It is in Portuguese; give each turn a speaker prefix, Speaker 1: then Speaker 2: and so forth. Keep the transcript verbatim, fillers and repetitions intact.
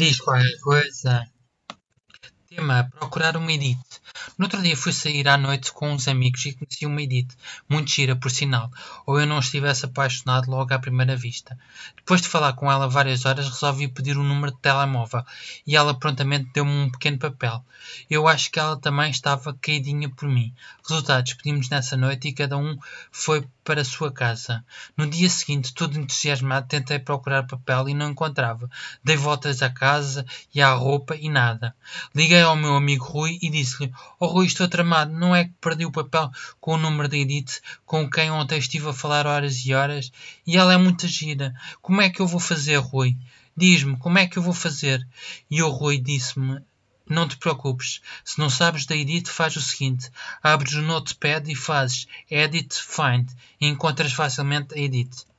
Speaker 1: Diz qualquer coisa. Tema: procurar uma Edith. No outro dia fui sair à noite com uns amigos e conheci uma Edith, muito gira, por sinal, ou eu não estivesse apaixonado logo à primeira vista. Depois de falar com ela várias horas, resolvi pedir o número de telemóvel e ela prontamente deu-me um pequeno papel. Eu acho que ela também estava caidinha por mim. Resultado: despedimos nessa noite e cada um foi para a sua casa. No dia seguinte, todo entusiasmado, tentei procurar papel e não encontrava. Dei voltas à casa e à roupa e nada. Liguei ao meu amigo Rui e disse-lhe: "Oh Rui, estou tramado, não é que perdi o papel com o número da Edith, com quem ontem estive a falar horas e horas, e ela é muito gira. Como é que eu vou fazer, Rui? Diz-me, como é que eu vou fazer?" E o Rui disse-me: "Não te preocupes, se não sabes da Edith, faz o seguinte: abres o Notepad e fazes Edit Find e encontras facilmente a Edith."